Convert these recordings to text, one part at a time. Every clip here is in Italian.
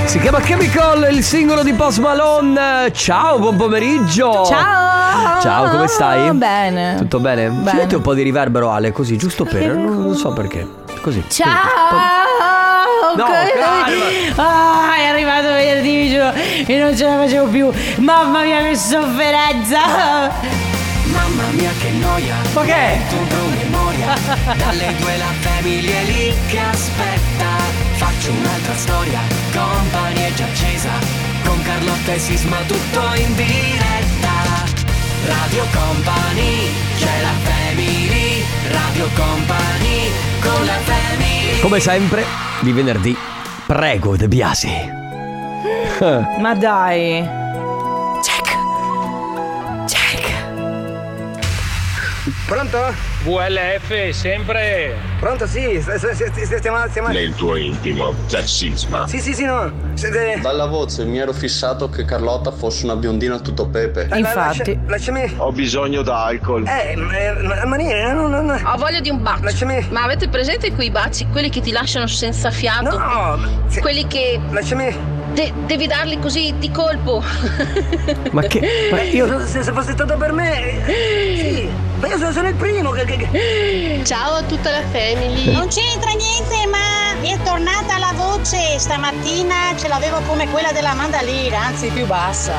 Si chiama Chemical, il singolo di Post Malone. Ciao, buon pomeriggio. Ciao, come stai? Bene. Tutto bene? Metti un po' di riverbero, Ale, così, giusto per... Non so perché. Così. Ciao. No, calma. È arrivato venerdì, giuro, e non ce la facevo più. Mamma mia, che sofferenza. Mamma mia che noia. Ma che è? Tu promemoria. Dalle 2 la famiglia è lì che aspetta. Faccio un'altra storia. Company è già accesa. Con Carlotta e Sisma tutto in diretta. Radio Company, c'è la family. Radio Company, con la family. Come sempre, di venerdì, prego De Biasi. Ma dai. Check. Pronto? VLF sempre. Pronto, sì, stiamo... Nel tuo intimo, c'è Sisma. Sì, no. Dalla voce mi ero fissato che Carlotta fosse una biondina tutto pepe. Infatti. Lasciami... Ho bisogno d'alcol. Ma niente, no. Ho voglia di un bacio. Lasciami... Ma avete presente quei baci? Quelli che ti lasciano senza fiato? No! Quelli che... Lasciami... devi darli così di colpo. Ma che... Ma io... Se fosse stato per me... Sì. Ma io sono il primo che... Ciao a tutta la family. Non c'entra niente, ma mi è tornata la voce. Stamattina ce l'avevo come quella della Mandalina, anzi più bassa.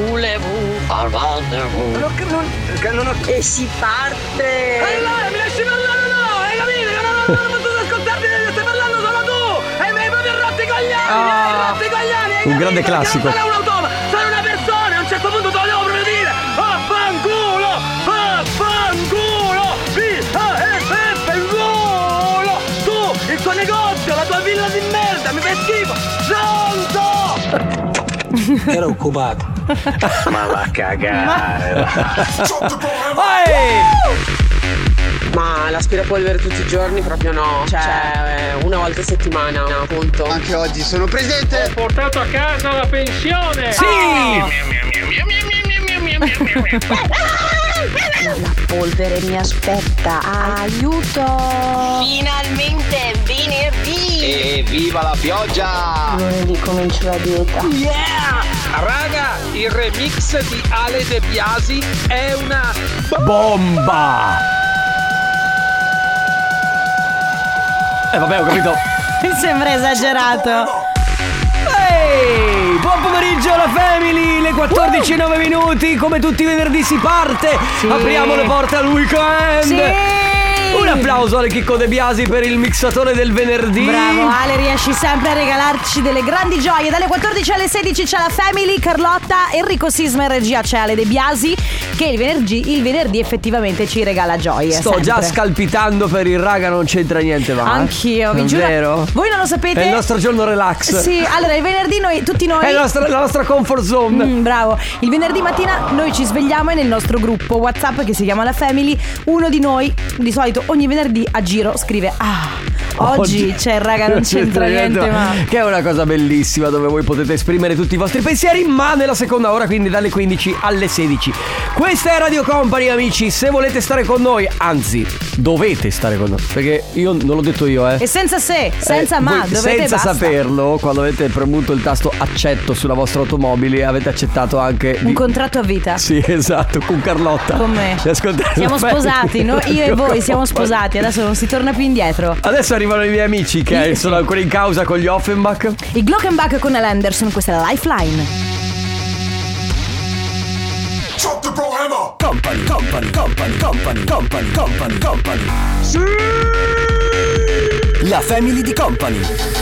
Non ho... E si parte. Allora, mi lasci parlare, no? Hai capito? Non posso ascoltarti, stai parlando solo tu! E mi hai proprio rotto i coglioni! Un grande classico. Non è un automa, sono una persona, a un certo punto te lo devo proprio dire! Vaffanculo! Vaffanculo! Tu, il tuo negozio, la tua villa di merda, mi fai schifo! Pronto! Era occupato. Ma va a cagare. Ma l'aspirapolvere tutti i giorni proprio no. Cioè, una volta a settimana, appunto. Anche oggi sono presente. Ho portato a casa la pensione. La polvere mi aspetta. Aiuto. Finalmente è venerdì. E viva la pioggia! Lunedì comincio la dieta. Raga, il remix di Ale De Biasi è una Bomba! Vabbè, ho capito. Mi sembra esagerato. Ehi, buon pomeriggio alla family, le 14:09 minuti, come tutti i venerdì si parte. Sì. Apriamo le porte al weekend. Sì. Un applauso alle Chicco De Biasi per il mixatore del venerdì. Bravo Ale, riesci sempre a regalarci delle grandi gioie. Dalle 14 alle 16 c'è la family, Carlotta, Enrico Sisma in regia, c'è Ale De Biasi che il venerdì effettivamente ci regala gioie. Sto sempre. già scalpitando per il raga, non c'entra niente, va. Anch'io, vi È giuro. vero? Voi non lo sapete? È il nostro giorno relax. Sì, allora il venerdì tutti noi È la nostra comfort zone. bravo. Il venerdì mattina noi ci svegliamo e nel nostro gruppo WhatsApp che si chiama La Family, uno di noi di solito ogni venerdì a giro scrive oggi c'è il raga non c'entra niente, ma che è una cosa bellissima dove voi potete esprimere tutti i vostri pensieri, ma nella seconda ora, quindi dalle 15 alle 16. Questa è Radio Company, amici. Se volete stare con noi, anzi dovete stare con noi, perché io non l'ho detto io, e senza se, senza ma, voi, dovete, senza basta. saperlo, quando avete premuto il tasto accetto sulla vostra automobile, avete accettato anche un contratto a vita. Sì, esatto, con Carlotta. Con me. Siamo Siamo sposati, io e voi siamo sposati, adesso non si torna più indietro. Adesso arrivano i miei amici che sono ancora in causa con gli Offenbach. Il Glockenbach con Al Anderson, questa è la Lifeline. Company. Sì! La family di Company.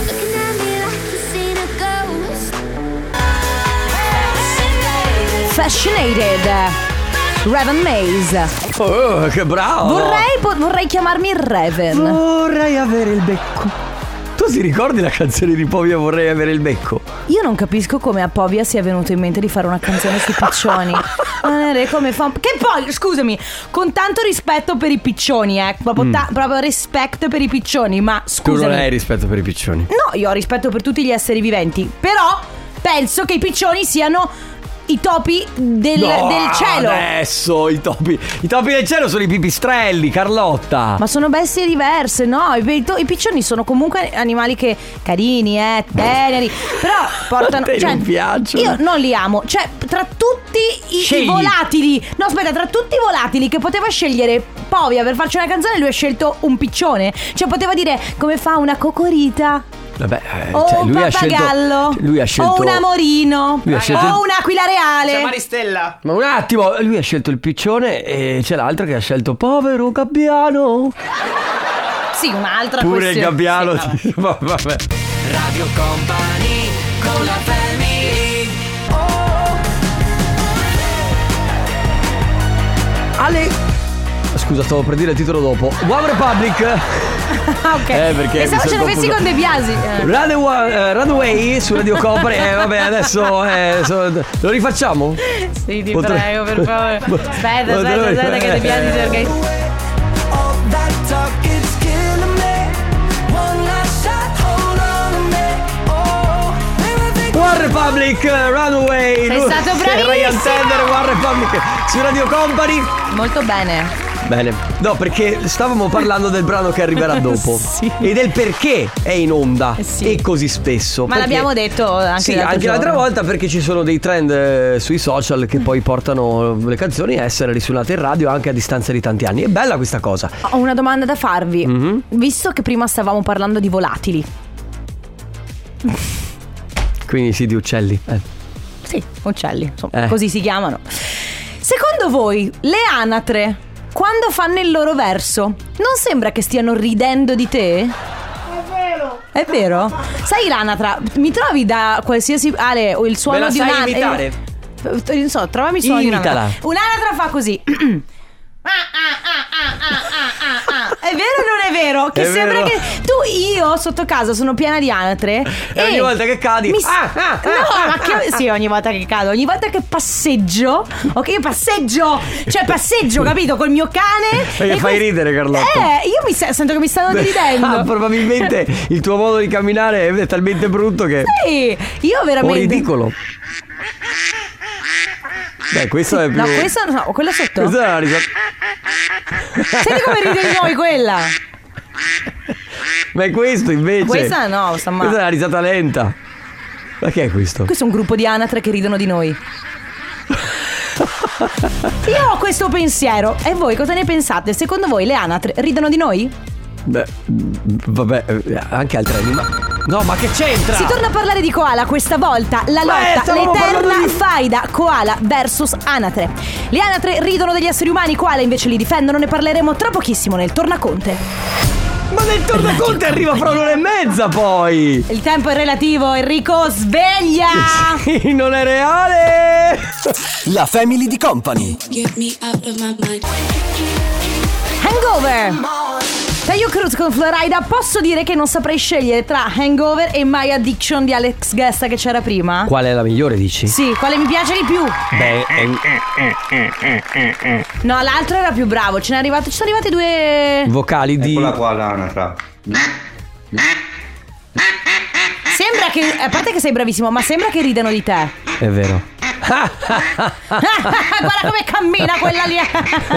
Fascinated, Raven Maze. Oh, che bravo! Vorrei chiamarmi Raven. Vorrei avere il becco. Tu ti ricordi la canzone di Povia Vorrei avere il becco? Io non capisco come a Povia sia venuto in mente di fare una canzone sui piccioni. Come fa... Che poi, scusami, con tanto rispetto per i piccioni, proprio rispetto per i piccioni, ma scusami. Tu non hai rispetto per i piccioni? No, io ho rispetto per tutti gli esseri viventi, però penso che i piccioni siano i topi del cielo. Adesso i topi del cielo sono i pipistrelli, Carlotta. Ma sono bestie diverse, no? I piccioni sono comunque animali che carini, teneri, però portano. A te non piacciono. Io non li amo. Cioè, tra tutti i volatili. No, aspetta, tra tutti i volatili che poteva scegliere Povia per farci una canzone, lui ha scelto un piccione. Cioè, poteva dire come fa una cocorita. Vabbè, o cioè, un pappagallo, lui ha scelto o un amorino, o un'aquila reale. C'è Maristella. Ma un attimo, lui ha scelto il piccione e c'è l'altra che ha scelto povero gabbiano. Sì, un'altra pure questione. Il gabbiano. Sì, vabbè. Radio Company con la family. Ale. Scusa, stavo per dire il titolo dopo. One Republic. Ok. Perché pensavo ce l'avessi con De Biasi. Runaway su Radio Company. Vabbè, adesso lo rifacciamo? Sì, ti prego, per favore. Aspetta che De Biasi cerca. One Republic, Runaway. Sei stato bravissimo. Ryan Tender, One Republic su Radio Company. Molto bene. No, perché stavamo parlando del brano che arriverà dopo. Sì. E del perché è in onda sì. e così spesso. Ma l'abbiamo detto anche l'altra volta, perché ci sono dei trend sui social che poi portano le canzoni a essere risuonate in radio anche a distanza di tanti anni. È bella questa cosa. Ho una domanda da farvi. Mm-hmm. Visto che prima stavamo parlando di volatili. Quindi sì, di uccelli. Sì, uccelli, insomma, così si chiamano. Secondo voi le anatre, quando fanno il loro verso, non sembra che stiano ridendo di te? È vero? Sai l'anatra? Mi trovi da qualsiasi Ale o il suono di un'anatra? imitare? Non so, trovami il suono Imitala. di un'anatra. Un'anatra fa così. È vero o non è vero? Che È sembra vero. che io sotto casa sono piena di anatre E ogni volta che cadi no, ma che sì, ogni volta che cado, ogni volta che passeggio, ok, io passeggio, capito, col mio cane. Perché fai ridere, Carlotta. Io sento che mi stanno ridendo. Probabilmente il tuo modo di camminare è talmente brutto che Sì, io veramente. o ridicolo. Beh, questo è più. No, questa no, quella sotto. Questa è una risata. Senti come ride di noi quella. Ma è questo invece. Questa no, sta male. Questa è una risata lenta. Ma che è questo? Questo è un gruppo di anatre che ridono di noi. Io ho questo pensiero. E voi cosa ne pensate? Secondo voi le anatre ridono di noi? Beh, vabbè, anche altri animali. No, ma che c'entra? Si torna a parlare di koala, questa volta la lotta, l'eterna faida koala versus anatre. Le anatre ridono degli esseri umani, koala invece li difendono. Ne parleremo tra pochissimo nel Tornaconte. Ma nel Tornaconte arriva fra un'ora e mezza poi. Il tempo è relativo, Enrico, sveglia. Sì, non è reale. La Family di Company. Hangover. Taio Cruz con Florida. Posso dire che non saprei scegliere tra Hangover e My Addiction di Alex Guesta che c'era prima? Qual è la migliore, dici? Sì, quale mi piace di più? Beh, no, l'altro era più bravo. Ci sono arrivati due vocali di. Eccola qua l'anatra. Sembra che, a parte che sei bravissimo, ma sembra che ridano di te. È vero. Guarda come cammina quella lì.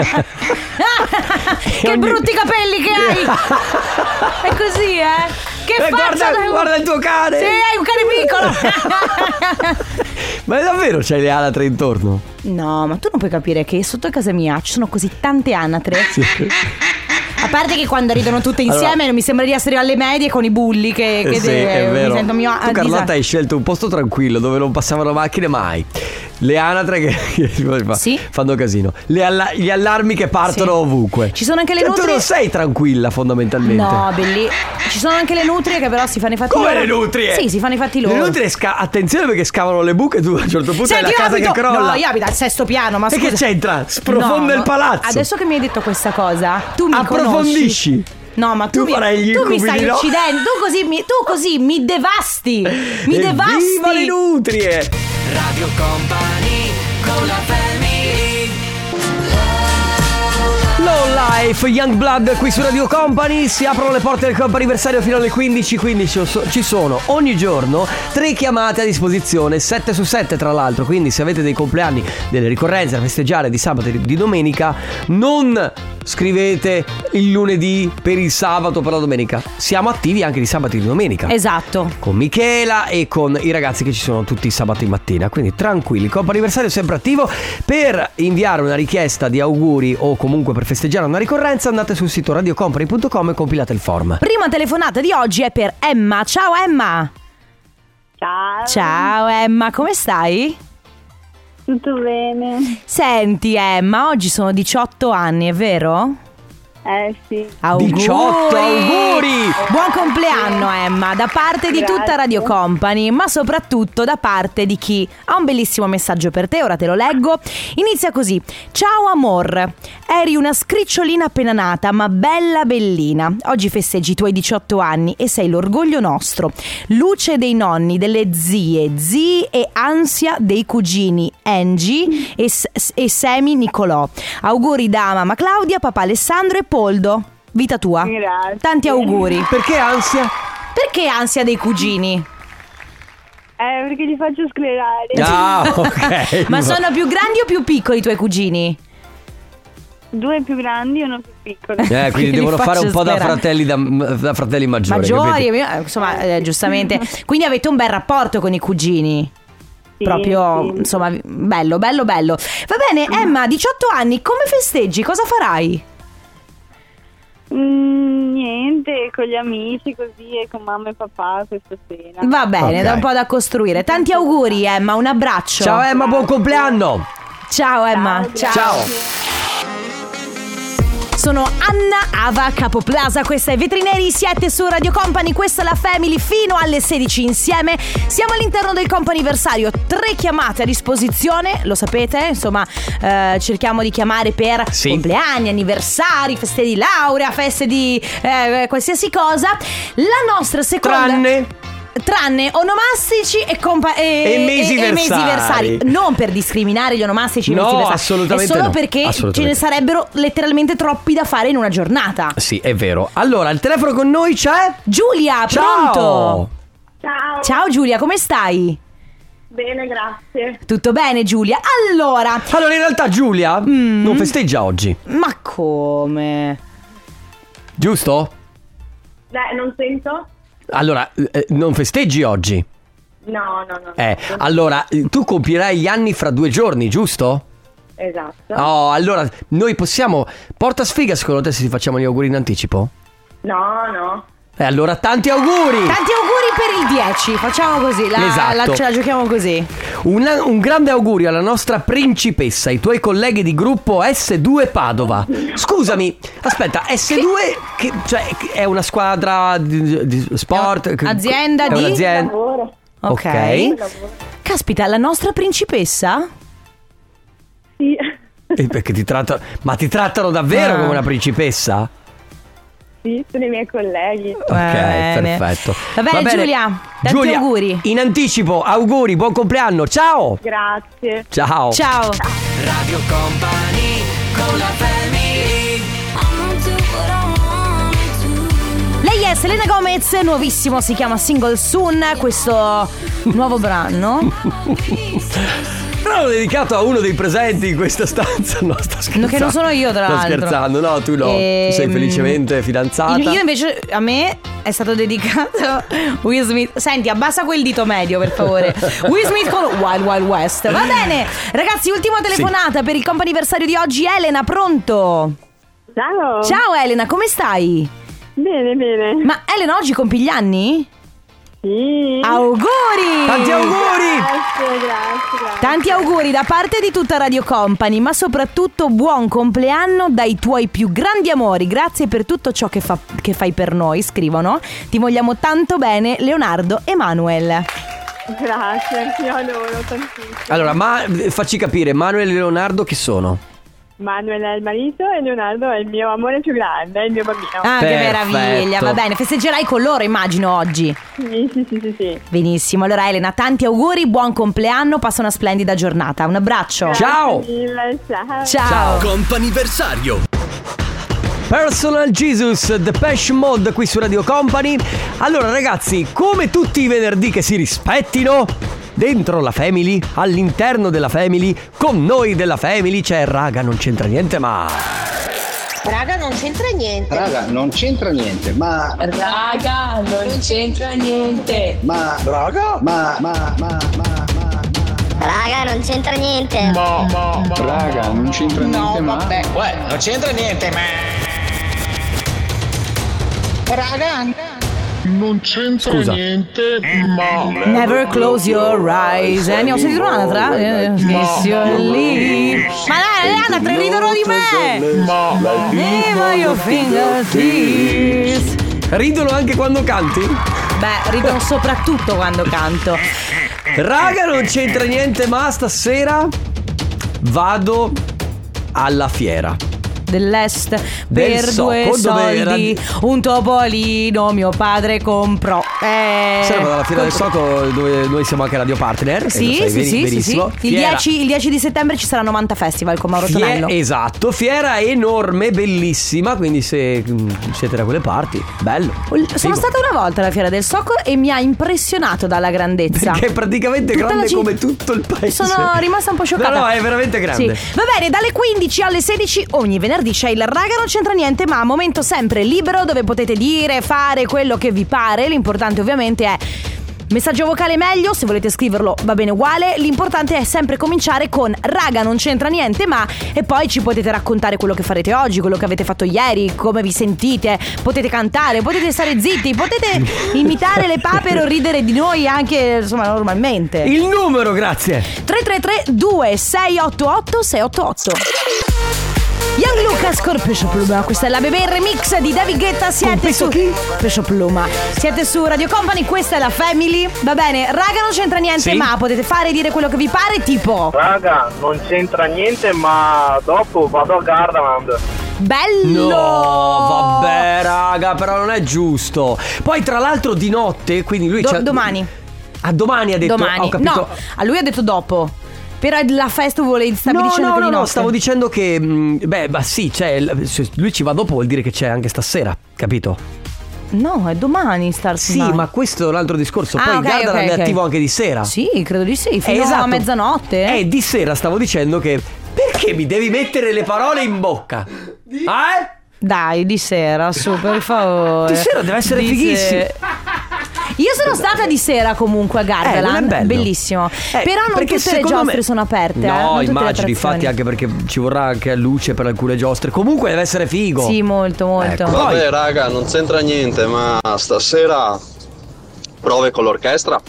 Che brutti capelli che hai. È così, Che guarda il tuo cane. Sì, hai un cane piccolo. Ma davvero c'hai le anatre intorno? No, ma tu non puoi capire che sotto casa mia ci sono così tante anatre. Sì. A parte che quando ridono tutte insieme allora, non mi sembra di essere alle medie con i bulli che sì, è vero. Mi sento mio tu, Carlotta, hai scelto un posto tranquillo dove non passavano macchine mai. Le anatre che sì? fanno casino. Gli allarmi che partono ovunque. Ci sono anche le nutrie. Tu non sei tranquilla fondamentalmente. No, belli. Ci sono anche le nutrie che però si fanno i fatti loro. Come le nutrie? Sì, si fanno i fatti loro. Le nutrie attenzione perché scavano le buche. Tu a un certo punto hai la casa che crolla. No, io abito al sesto piano. Ma e scusa, che c'entra? Sprofonda il palazzo. Adesso che mi hai detto questa cosa, tu mi approfondisci. Conosci. No, ma tu mi stai uccidendo. Tu così mi devasti. Mi devasti. Viva le nutrie. Radio Company con la family. Life, Youngblood qui su Radio Company. Si aprono le porte del comp'anniversario fino alle 15, quindi ci sono ogni giorno 3 chiamate a disposizione, 7 su 7 tra l'altro. Quindi se avete dei compleanni, delle ricorrenze da festeggiare di sabato e di domenica, non scrivete il lunedì per il sabato o per la domenica. Siamo attivi anche di sabato e di domenica. Esatto. Con Michela e con i ragazzi che ci sono tutti i sabati mattina. Quindi tranquilli, il comp'anniversario è sempre attivo. Per inviare una richiesta di auguri o comunque per festeggiare una ricorrenza, andate sul sito radiocompany.com e compilate il form. Prima telefonata di oggi è per Emma. Ciao Emma. Ciao. Ciao Emma, come stai? Tutto bene. Senti Emma, oggi sono 18 anni, è vero? Sì. Auguri. 18 auguri. Buon compleanno Emma, da parte di tutta Radio Company, ma soprattutto da parte di chi ha un bellissimo messaggio per te. Ora te lo leggo. Inizia così: ciao amor, eri una scricciolina appena nata ma bella bellina. Oggi festeggi i tuoi 18 anni e sei l'orgoglio nostro, luce dei nonni, delle zie, zii e ansia dei cugini Angie e Semi Nicolò. Auguri da mamma Claudia, papà Alessandro e Poldo. Vita tua. Grazie. Tanti auguri. Perché ansia? Perché ansia dei cugini? Perché li faccio sclerare. Ah, ok. Ma sono più grandi o più piccoli i tuoi cugini? 2 più grandi e 1 più piccolo. Quindi Li devono fare faccio un po' da sperare. fratelli maggiori. Maggiori, insomma, giustamente. Quindi avete un bel rapporto con i cugini. Sì, Proprio, sì. insomma, bello. Va bene, Emma, 18 anni, come festeggi? Cosa farai? Niente, con gli amici così e con mamma e papà questa sera. Va bene, Ok. da un po' da costruire. Tanti auguri Emma, un abbraccio. Ciao Emma, buon compleanno. Ciao Emma. Ciao. Sono Anna Ava Capoplaza, questa è Vetrineri, siete su Radio Company, questa è la Family fino alle 16 insieme. Siamo all'interno del comp'anniversario, 3 chiamate a disposizione, lo sapete, insomma, cerchiamo di chiamare per compleanni, anniversari, feste di laurea, feste di qualsiasi cosa. La nostra seconda... Tranne onomastici e mesiversari. Non per discriminare gli onomastici e No, mesiversari, assolutamente è solo no. perché Assolutamente. ce ne sarebbero letteralmente troppi da fare in una giornata. Sì, è vero. Allora, al telefono con noi c'è Giulia, Ciao. pronto? Ciao. Ciao Giulia, come stai? Bene, grazie. Tutto bene Giulia? Allora, in realtà Giulia non festeggia oggi, ma come? giusto? Non sento? Allora, non festeggi oggi? No. Allora, tu compierai gli anni fra 2 giorni, giusto? Esatto. Oh, allora, noi possiamo... Porta sfiga secondo te se ti facciamo gli auguri in anticipo? No. Allora, tanti auguri! Tanti auguri per il 10, facciamo così, Esatto. ce la giochiamo così. Un grande augurio alla nostra principessa, ai tuoi colleghi di gruppo S2 Padova. Scusami, aspetta, S2 cioè, è una squadra di sport? Azienda è di un'azienda. Lavoro. Ok. Caspita, la nostra principessa? Sì. Perché ti trattano davvero come una principessa? Sì, sono i miei colleghi. Ok, Bene. perfetto. Va bene, Giulia, tanti auguri. In anticipo, auguri, buon compleanno, ciao. Grazie. Ciao. Ciao. Radio Company con la family. Lei è Selena Gomez, nuovissimo, si chiama Single Soon, questo nuovo brano. Brano dedicato a uno dei presenti in questa stanza. No, sto scherzando. Che non sono io, tra l'altro. Sto scherzando, no, tu no. Tu sei felicemente fidanzata. Io invece, a me è stato dedicato Will Smith. Senti, abbassa quel dito medio, per favore. Will Smith con Wild Wild West. Va bene, ragazzi, ultima telefonata per il comp'anniversario di oggi. Elena, pronto? Ciao. Ciao Elena, come stai? Bene. Ma Elena, oggi compi gli anni? Sì. Auguri! Tanti auguri! Grazie. Tanti auguri da parte di tutta Radio Company, ma soprattutto buon compleanno dai tuoi più grandi amori. Grazie per tutto ciò che fai per noi, scrivono. Ti vogliamo tanto bene, Leonardo e Manuel. Grazie, anch'io adoro tantissimo. Allora, facci capire, Manuel e Leonardo che sono? Manuel è il marito e Leonardo è il mio amore più grande, è il mio bambino. Ah, Perfetto. che meraviglia, va bene, festeggerai con loro immagino oggi. Sì. Benissimo, allora Elena, tanti auguri, buon compleanno, passa una splendida giornata, un abbraccio. Ciao. Ciao. Ciao. Comp'anniversario. Personal Jesus, Depeche Mode qui su Radio Company. Allora ragazzi, come tutti i venerdì che si rispettino, dentro la Family, all'interno della Family, con noi della Family c'è Raga non c'entra niente ma... Raga, non c'entra niente. Raga, non c'entra niente, ma... Raga, non c'entra niente. Ma... Raga? Raga, non c'entra niente. Raga, non c'entra niente, ma... vabbè. Uè, non c'entra niente, ma... Raga... Non c'entra niente, ma... Never close your eyes. Ne ho sentito un'altra? Lì. Ma dai, le altre ridono di me. Ma io fingertips. Ridono anche quando canti? Beh, ridono soprattutto quando canto. Raga non c'entra niente ma stasera vado alla fiera Dell'est Del per Soco, 2 dove soldi un topolino mio padre comprò. Siamo alla fiera del Soco dove noi siamo anche radio partner. Sì, sì. Benissimo. Il 10 di settembre ci sarà 90 Festival con Mauro Tonello. Esatto, fiera enorme, bellissima. Quindi se siete da quelle parti, bello. Sono stata una volta alla fiera del Soco e mi ha impressionato dalla grandezza. Perché è praticamente grande come tutto il paese. Sono rimasta un po' scioccata. No, è veramente grande. Sì. Va bene, dalle 15 alle 16 ogni venerdì c'è il Raga non c'entra niente ma momento sempre libero dove potete dire, fare quello che vi pare. L'importante ovviamente è messaggio vocale meglio, se volete scriverlo va bene uguale. L'importante è sempre cominciare con Raga non c'entra niente ma, e poi ci potete raccontare quello che farete oggi, quello che avete fatto ieri, come vi sentite, potete cantare, potete stare zitti, potete imitare le papere o ridere di noi anche insomma normalmente. Il numero, grazie. 333 2688 688. Young Lucas con Pesce Pluma. Questa è la Bebè Remix di David Guetta. Siete su Pesce Pluma. Siete su Radio Company, questa è la Family. Va bene, raga non c'entra niente ma potete fare e dire quello che vi pare, tipo raga non c'entra niente ma dopo vado a Gardaland. Bello! No, vabbè raga, però non è giusto. Poi tra l'altro di notte, quindi lui domani. A domani ha detto. Domani. Ho capito. No, a lui ha detto dopo. Però la festival stavi dicendo che di notte. No, stavo dicendo che sì, cioè se lui ci va dopo vuol dire che c'è anche stasera, capito? No, è domani Sì, ma questo è un altro discorso. Poi okay, Gardaland è attivo anche di sera. Sì, credo di sì, fino a mezzanotte. Di sera stavo dicendo che perché mi devi mettere le parole in bocca? Dai, di sera, su, per favore. Di sera deve essere fighissimo. Io sono stata di sera comunque a Gardaland, bellissimo. Però non tutte le giostre sono aperte. No, immagino, infatti, anche perché ci vorrà anche luce per alcune giostre. Comunque deve essere figo. Sì, molto, molto. Ecco. Vabbè, raga, non c'entra niente, ma stasera prove con l'orchestra.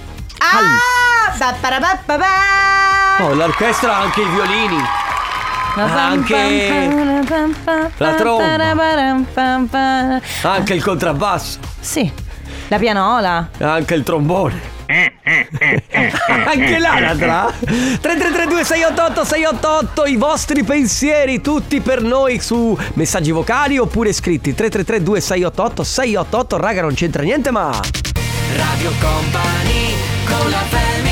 L'orchestra ha anche i violini. Anche la tromba. Anche il contrabbasso. Sì. La pianola. Anche il trombone. Anche l'anatra. 3332 688 688. I vostri pensieri tutti per noi su messaggi vocali oppure scritti. 3332 688 688. Raga non c'entra niente ma Radio Company con la Family.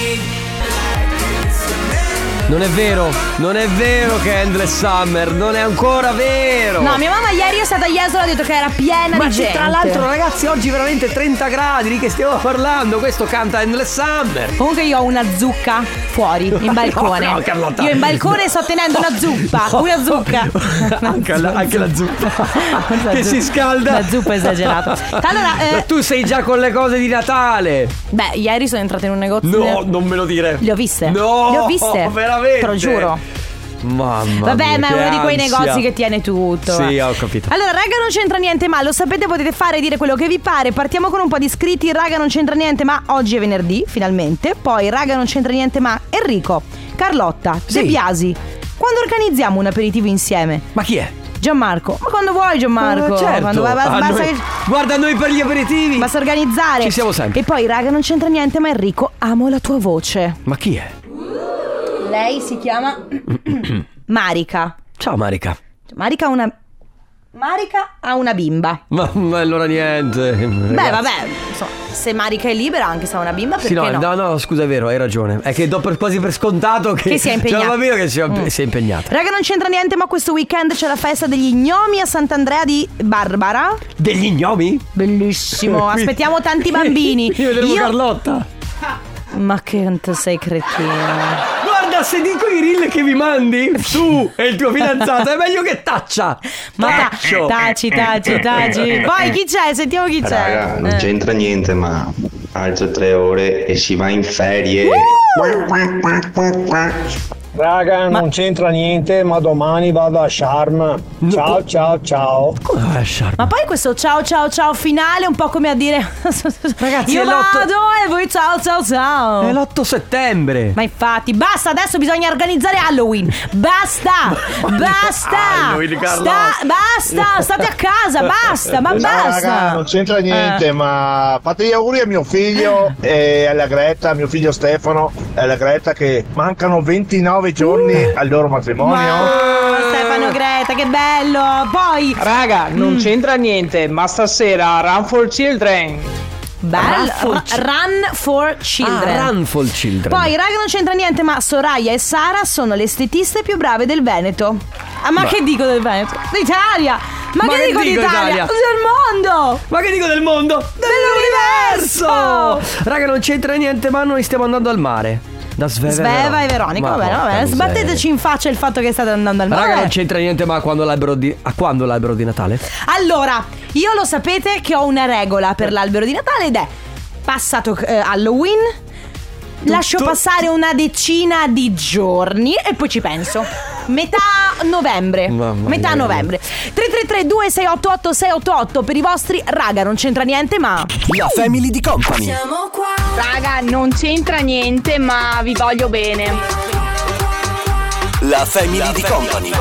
non è vero che è Endless Summer, non è ancora vero. No, mia mamma ieri è stata a Jesolo, ha detto che era piena di gente. Tra l'altro ragazzi oggi veramente 30 gradi, di che stiamo parlando? Questo canta Endless Summer. Comunque io ho una zucca fuori, in balcone. No, Carlotta. Io in balcone sto tenendo una zuppa. Una zucca. Anche la zuppa che si scalda. La zuppa è esagerata. Allora, ma tu sei già con le cose di Natale. Beh, ieri sono entrata in un negozio. No, non me lo dire. Le ho viste. No, le ho viste. Veramente. Te lo giuro. Mamma Vabbè, mia, ma è uno di quei ansia. negozi che tiene tutto. Sì, ho capito. Allora, raga, non c'entra niente ma, lo sapete, potete fare e dire quello che vi pare. Partiamo con un po' di iscritti. Raga, non c'entra niente ma, oggi è venerdì, finalmente. Poi, raga, non c'entra niente ma, Enrico, Carlotta, De Biasi, quando organizziamo un aperitivo insieme? Ma chi è? Gianmarco. Ma quando vuoi, Gianmarco? Certo. Quando basta noi, guarda noi per gli aperitivi. Basta organizzare. Ci siamo sempre. E poi, raga, non c'entra niente ma, Enrico, amo la tua voce. Ma chi è? Lei si chiama Marica. Ciao Marica. Marica ha una Marica ha una bimba. Ma allora niente. Beh, vabbè, insomma, se Marica è libera anche se ha una bimba, perché no, scusa, è vero, hai ragione. È che do quasi per scontato che si è impegnata. C'è una bambina che si è impegnata. Raga, non c'entra niente, ma questo weekend c'è la festa degli gnomi a Sant'Andrea di Barbara. Degli gnomi? Bellissimo. Aspettiamo tanti bambini. Io vedremo Carlotta. Ma che sei cretino. Guarda, se dico i reel che vi mandi tu e il tuo fidanzato è meglio che taccia. Ma taci. Poi chi c'è? Sentiamo chi c'è. Raga, non c'entra niente, ma altre 3 ore e si va in ferie. Raga, non c'entra niente, ma domani vado a Sharm. Ciao. Come Sharm? Ma poi questo ciao finale è un po' come a dire ragazzi, io vado e voi ciao. È l'8 settembre. Ma infatti, basta, adesso bisogna organizzare Halloween. Basta. Halloween, Basta, state a casa, basta, ma basta. Raga, non c'entra niente, ma fate gli auguri a mio figlio e alla Greta, a mio figlio Stefano e alla Greta, che mancano 29 giorni al loro matrimonio. Stefano, Greta, che bello. Poi raga, non c'entra niente, ma stasera Run for Children. Bello. Run for Children. Run for Children. Poi raga, non c'entra niente, ma Soraya e Sara sono le estetiste più brave del Veneto. Ma che dico del Veneto? D'Italia. Ma che dico d'Italia? Del mondo. Ma che dico del mondo? Dell'universo. Raga, non c'entra niente, ma noi stiamo andando al mare. Da Sveva e Veronica. Va bene. Sbatteteci in faccia il fatto che state andando al mare. Raga, non c'entra niente, ma a quando l'albero di Natale? Allora, io lo sapete che ho una regola per l'albero di Natale ed è passato Halloween, lascio passare una decina di giorni e poi ci penso. Metà novembre. 333 2688 688 per i vostri raga, non c'entra niente, ma la family di Company. Siamo qua. Raga, non c'entra niente, ma vi voglio bene. La family di Company.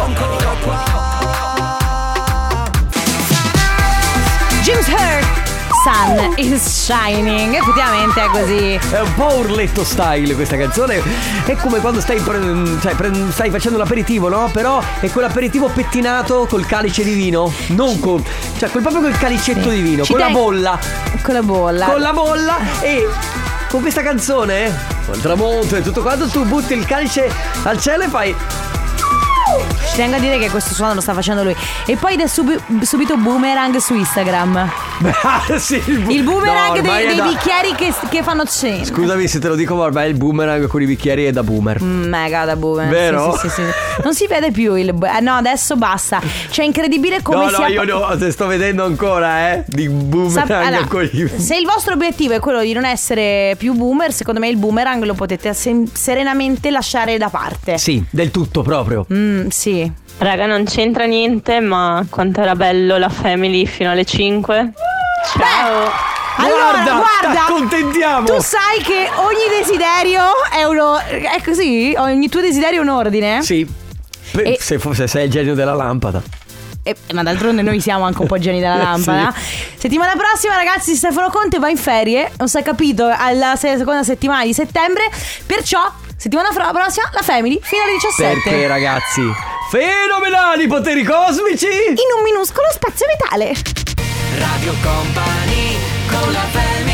James Hurt, Sun is Shining. Effettivamente è così. È un po' urletto style questa canzone. È come quando stai facendo l'aperitivo, no? Però è quell'aperitivo pettinato col calice di vino. Non con, cioè proprio col calicetto di vino. Con la bolla. Con la bolla. E con questa canzone, col tramonto e tutto quanto, tu butti il calice al cielo e fai. Ci tengo a dire che questo suono lo sta facendo lui. E poi subito boomerang su Instagram. Sì, il boomerang dei bicchieri che fanno cena. Scusami se te lo dico, ma ormai il boomerang con i bicchieri è da boomer. Mega da boomer. Vero? Sì. Non si vede più no, adesso basta. Cioè, incredibile come io te sto vedendo ancora, di boomerang con se il vostro obiettivo è quello di non essere più boomer, secondo me il boomerang lo potete serenamente lasciare da parte. Sì, del tutto proprio. Sì. Raga, non c'entra niente, ma quanto era bello la family fino alle 5. Ciao. Allora, guarda, accontentiamo. Tu sai che ogni desiderio è così? Ogni tuo desiderio è un ordine? Sì. Se sei il genio della lampada. Ma d'altronde noi siamo anche un po' geni della lampada. Sì. Settimana prossima, ragazzi, Stefano Conte va in ferie. Non si è capito, alla seconda settimana di settembre. Perciò settimana prossima la family fino alle 17. Perché, ragazzi, fenomenali poteri cosmici in un minuscolo spazio vitale. Radio Company con la family.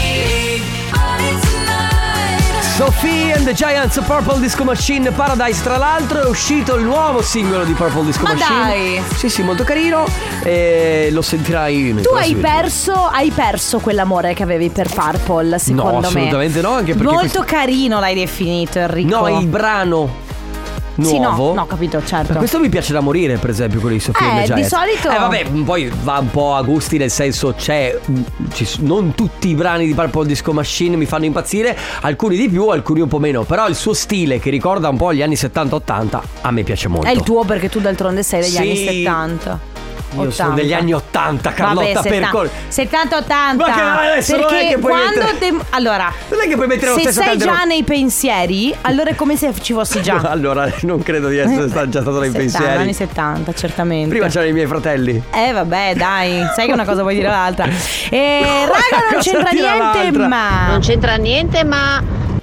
Sophie and the Giants, Purple Disco Machine, Paradise. Tra l'altro è uscito il nuovo singolo di Purple Disco Machine. Dai. Sì, molto carino. E lo sentirai nei Tu hai perso quell'amore che avevi per Purple, secondo me. No, assolutamente no, anche perché molto carino l'hai definito, Enrico. No, il brano nuovo. Sì, no, capito, certo. Per questo mi piace da morire, per esempio, quello di Sophie and the Giants. Di solito. Vabbè, poi va un po' a gusti, nel senso non tutti i brani di Purple Disco Machine mi fanno impazzire, alcuni di più, alcuni un po' meno. Però il suo stile, che ricorda un po' gli anni 70-80, a me piace molto. È il tuo, perché tu d'altronde sei degli anni 70. Io sono degli anni 80, Carlotta. Vabbè, 70-80. Ma che adesso non è che puoi allora, non è che puoi mettere lo stesso se sei caldero. già nei pensieri, allora è come se ci fossi già. Allora, non credo di essere già stato nei pensieri. Anni 70, certamente. Prima c'erano i miei fratelli. Vabbè, dai, sai che una cosa vuoi dire l'altra. Raga, non c'entra niente, ma non c'entra niente, ma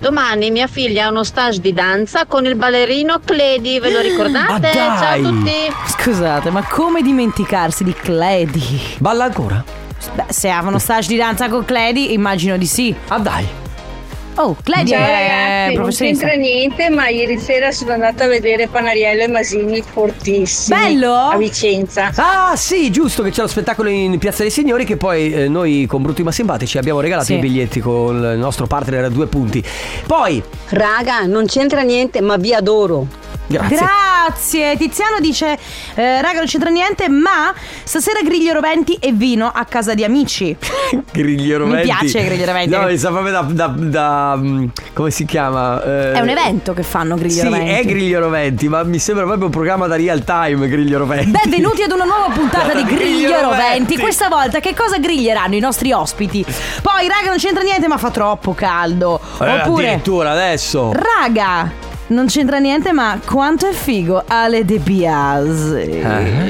domani mia figlia ha uno stage di danza con il ballerino Cledi, ve lo ricordate? Ciao a tutti. Scusate, ma come dimenticarsi di Cledi? Balla ancora? Beh, se ha uno stage di danza con Cledi, immagino di sì. Ah dai. Oh, Cledi Ciao è ragazzi, non professionista. c'entra niente, ma ieri sera sono andata a vedere Panariello e Masini fortissimi. Bello? A Vicenza. Ah sì, giusto, che c'è lo spettacolo in Piazza dei Signori, che poi noi con Brutti ma Simpatici abbiamo regalato Sì. i biglietti con il nostro partner a 2 punti. Poi Raga, non c'entra niente, ma vi adoro. Grazie. Tiziano dice raga, non c'entra niente, ma stasera griglio roventi e vino a casa di amici. Griglio roventi. Mi piace Griglio roventi. No, mi sa proprio da come si chiama? È un evento che fanno Griglio sì, roventi. è Griglio roventi, ma mi sembra proprio un programma da real time. Griglio roventi. Benvenuti ad una nuova puntata di Griglio Roventi. Questa volta che cosa griglieranno i nostri ospiti? Poi raga, non c'entra niente, ma fa troppo caldo. Oppure addirittura adesso. raga, non c'entra niente, ma quanto è figo Ale De Biasi.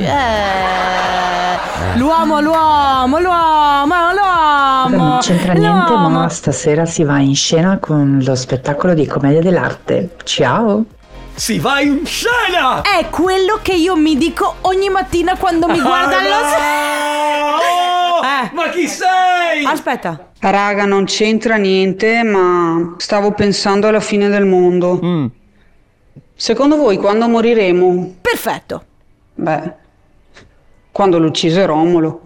L'uomo. Non c'entra niente, ma stasera si va in scena con lo spettacolo di commedia dell'arte. Ciao! Si va in scena! È quello che io mi dico ogni mattina quando mi guarda allo Ma chi sei? Aspetta. Raga, non c'entra niente, ma stavo pensando alla fine del mondo. Secondo voi quando moriremo? Perfetto. Beh, quando l'uccise Romolo.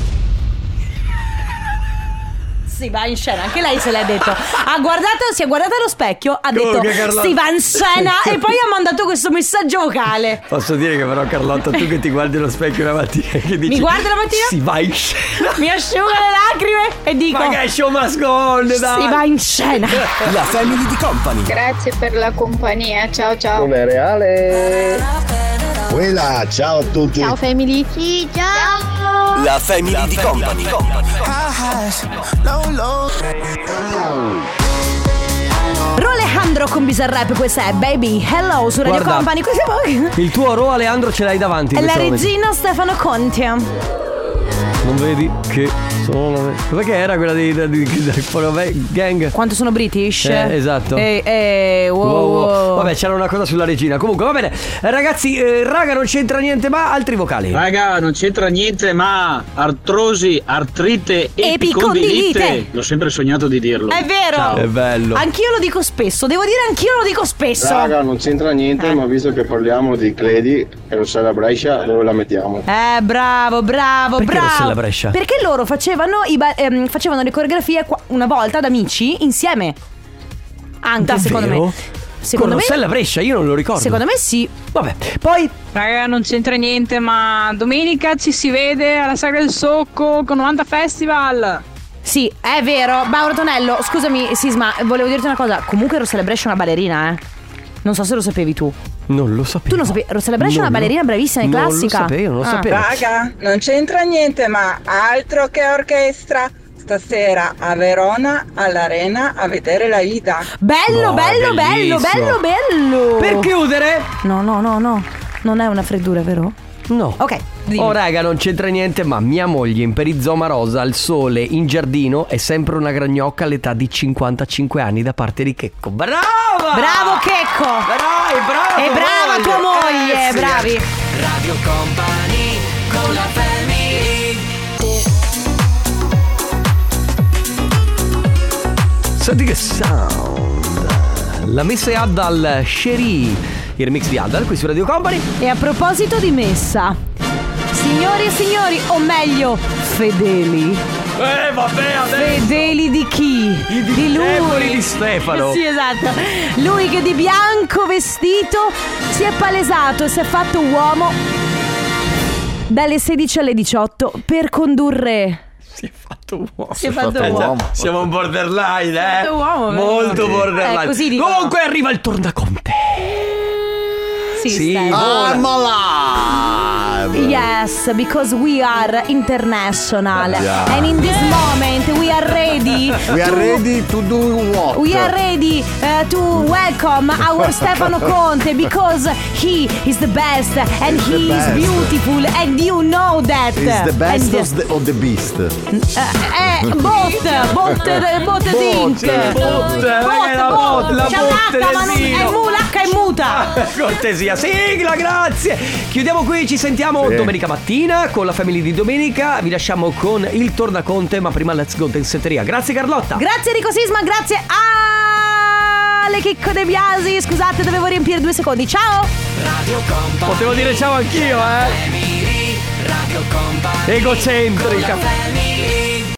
Si va in scena, anche lei se l'ha detto. Si è guardata allo specchio, ha detto Carlotta? si va in scena e poi ha mandato questo messaggio vocale. Posso dire che però Carlotta, tu che ti guardi allo specchio la mattina e che dici Mi guardi la mattina? si va in scena. Mi asciuga le lacrime e dico Ma che show must go on, dai. si va in scena. La Family di Company. Grazie per la compagnia, ciao ciao. Non è reale. Quella, ciao a tutti. Ciao family. Sì, ciao. La Family di Company. Alejandro con Bizarrap, questa è Baby Hello su Radio Guarda, Company. il tuo Ro Alejandro ce l'hai davanti. È in la questo momento. regina Stefano Conte. Non vedi che sono. Perché era quella di Gang? Quanto sono British? Esatto. Wow. Vabbè, c'era una cosa sulla regina. Comunque va bene. Ragazzi, raga, non c'entra niente, ma altri vocali. Raga, non c'entra niente, ma artrosi, artrite, epicondilite. L'ho sempre sognato di dirlo. È vero. Ciao. È bello. Anch'io lo dico spesso. Devo dire, anch'io lo dico spesso. Raga, non c'entra niente, ma visto che parliamo di Cledi e Rossella Brescia, dove la mettiamo? Bravo. Perché Rossella Brescia? Perché loro facevano le coreografie una volta ad amici insieme. Anche Davvero? secondo me. Con Rossella Brescia, io non lo ricordo. Secondo me sì. Vabbè, poi raga, non c'entra niente, ma domenica ci si vede alla Sagra del Socco con 90 Festival. Sì, è vero. Mauro Tonello, scusami Sisma, volevo dirti una cosa. Comunque Rossella Brescia è una ballerina, Non so se lo sapevi tu. Non lo sapevo. Tu non sapevi? Rossella Brescia è una ballerina bravissima in classica. Non lo sapevo. Raga, non c'entra niente, ma altro che orchestra. Stasera a Verona, all'Arena, a vedere la Ida. Bello. Per chiudere? No. Non è una freddura, vero? No. Ok. Dimmi. Oh raga, non c'entra niente, ma mia moglie in perizoma rosa al sole in giardino è sempre una gragnocca all'età di 55 anni da parte di Checco. Brava! Bravo Checco! Bravo! E brava tua moglie, sì. bravi! Radio Company con la family. Senti che sound. La messa è Addal Sherry, il remix di Addal qui su Radio Company. E a proposito di messa, signori e signori, o meglio, fedeli. Vabbè, adesso. Fedeli di chi? Di lui. Di Stefano. Sì, esatto. Lui che di bianco vestito si è palesato e si è fatto uomo dalle 16 alle 18 per condurre. Si è fatto uomo. Siamo un borderline, fatto uomo, molto borderline. Così dicono. Comunque arriva il tornaconte. Sì, Yes. Yes, because we are international. Yeah. And in this moment we are ready. We are ready to do what? We are ready to welcome our Stefano Conte because he is the best and he is beautiful and you know that. Is the best or the beast? Both think. La C'è botte un'H ma non del vino. l'H è muta. Cortesia, sigla, grazie. Chiudiamo qui, ci sentiamo domenica mattina con la Family di domenica. Vi lasciamo con il Tornaconte, ma prima let's go densetteria. Grazie Carlotta. Grazie Enrico Sisma, grazie alle Chicco De Biasi. Scusate, dovevo riempire 2 secondi. Ciao. Radio Company. Potevo dire ciao anch'io, Radio Company. Egocentrica. Con la Family.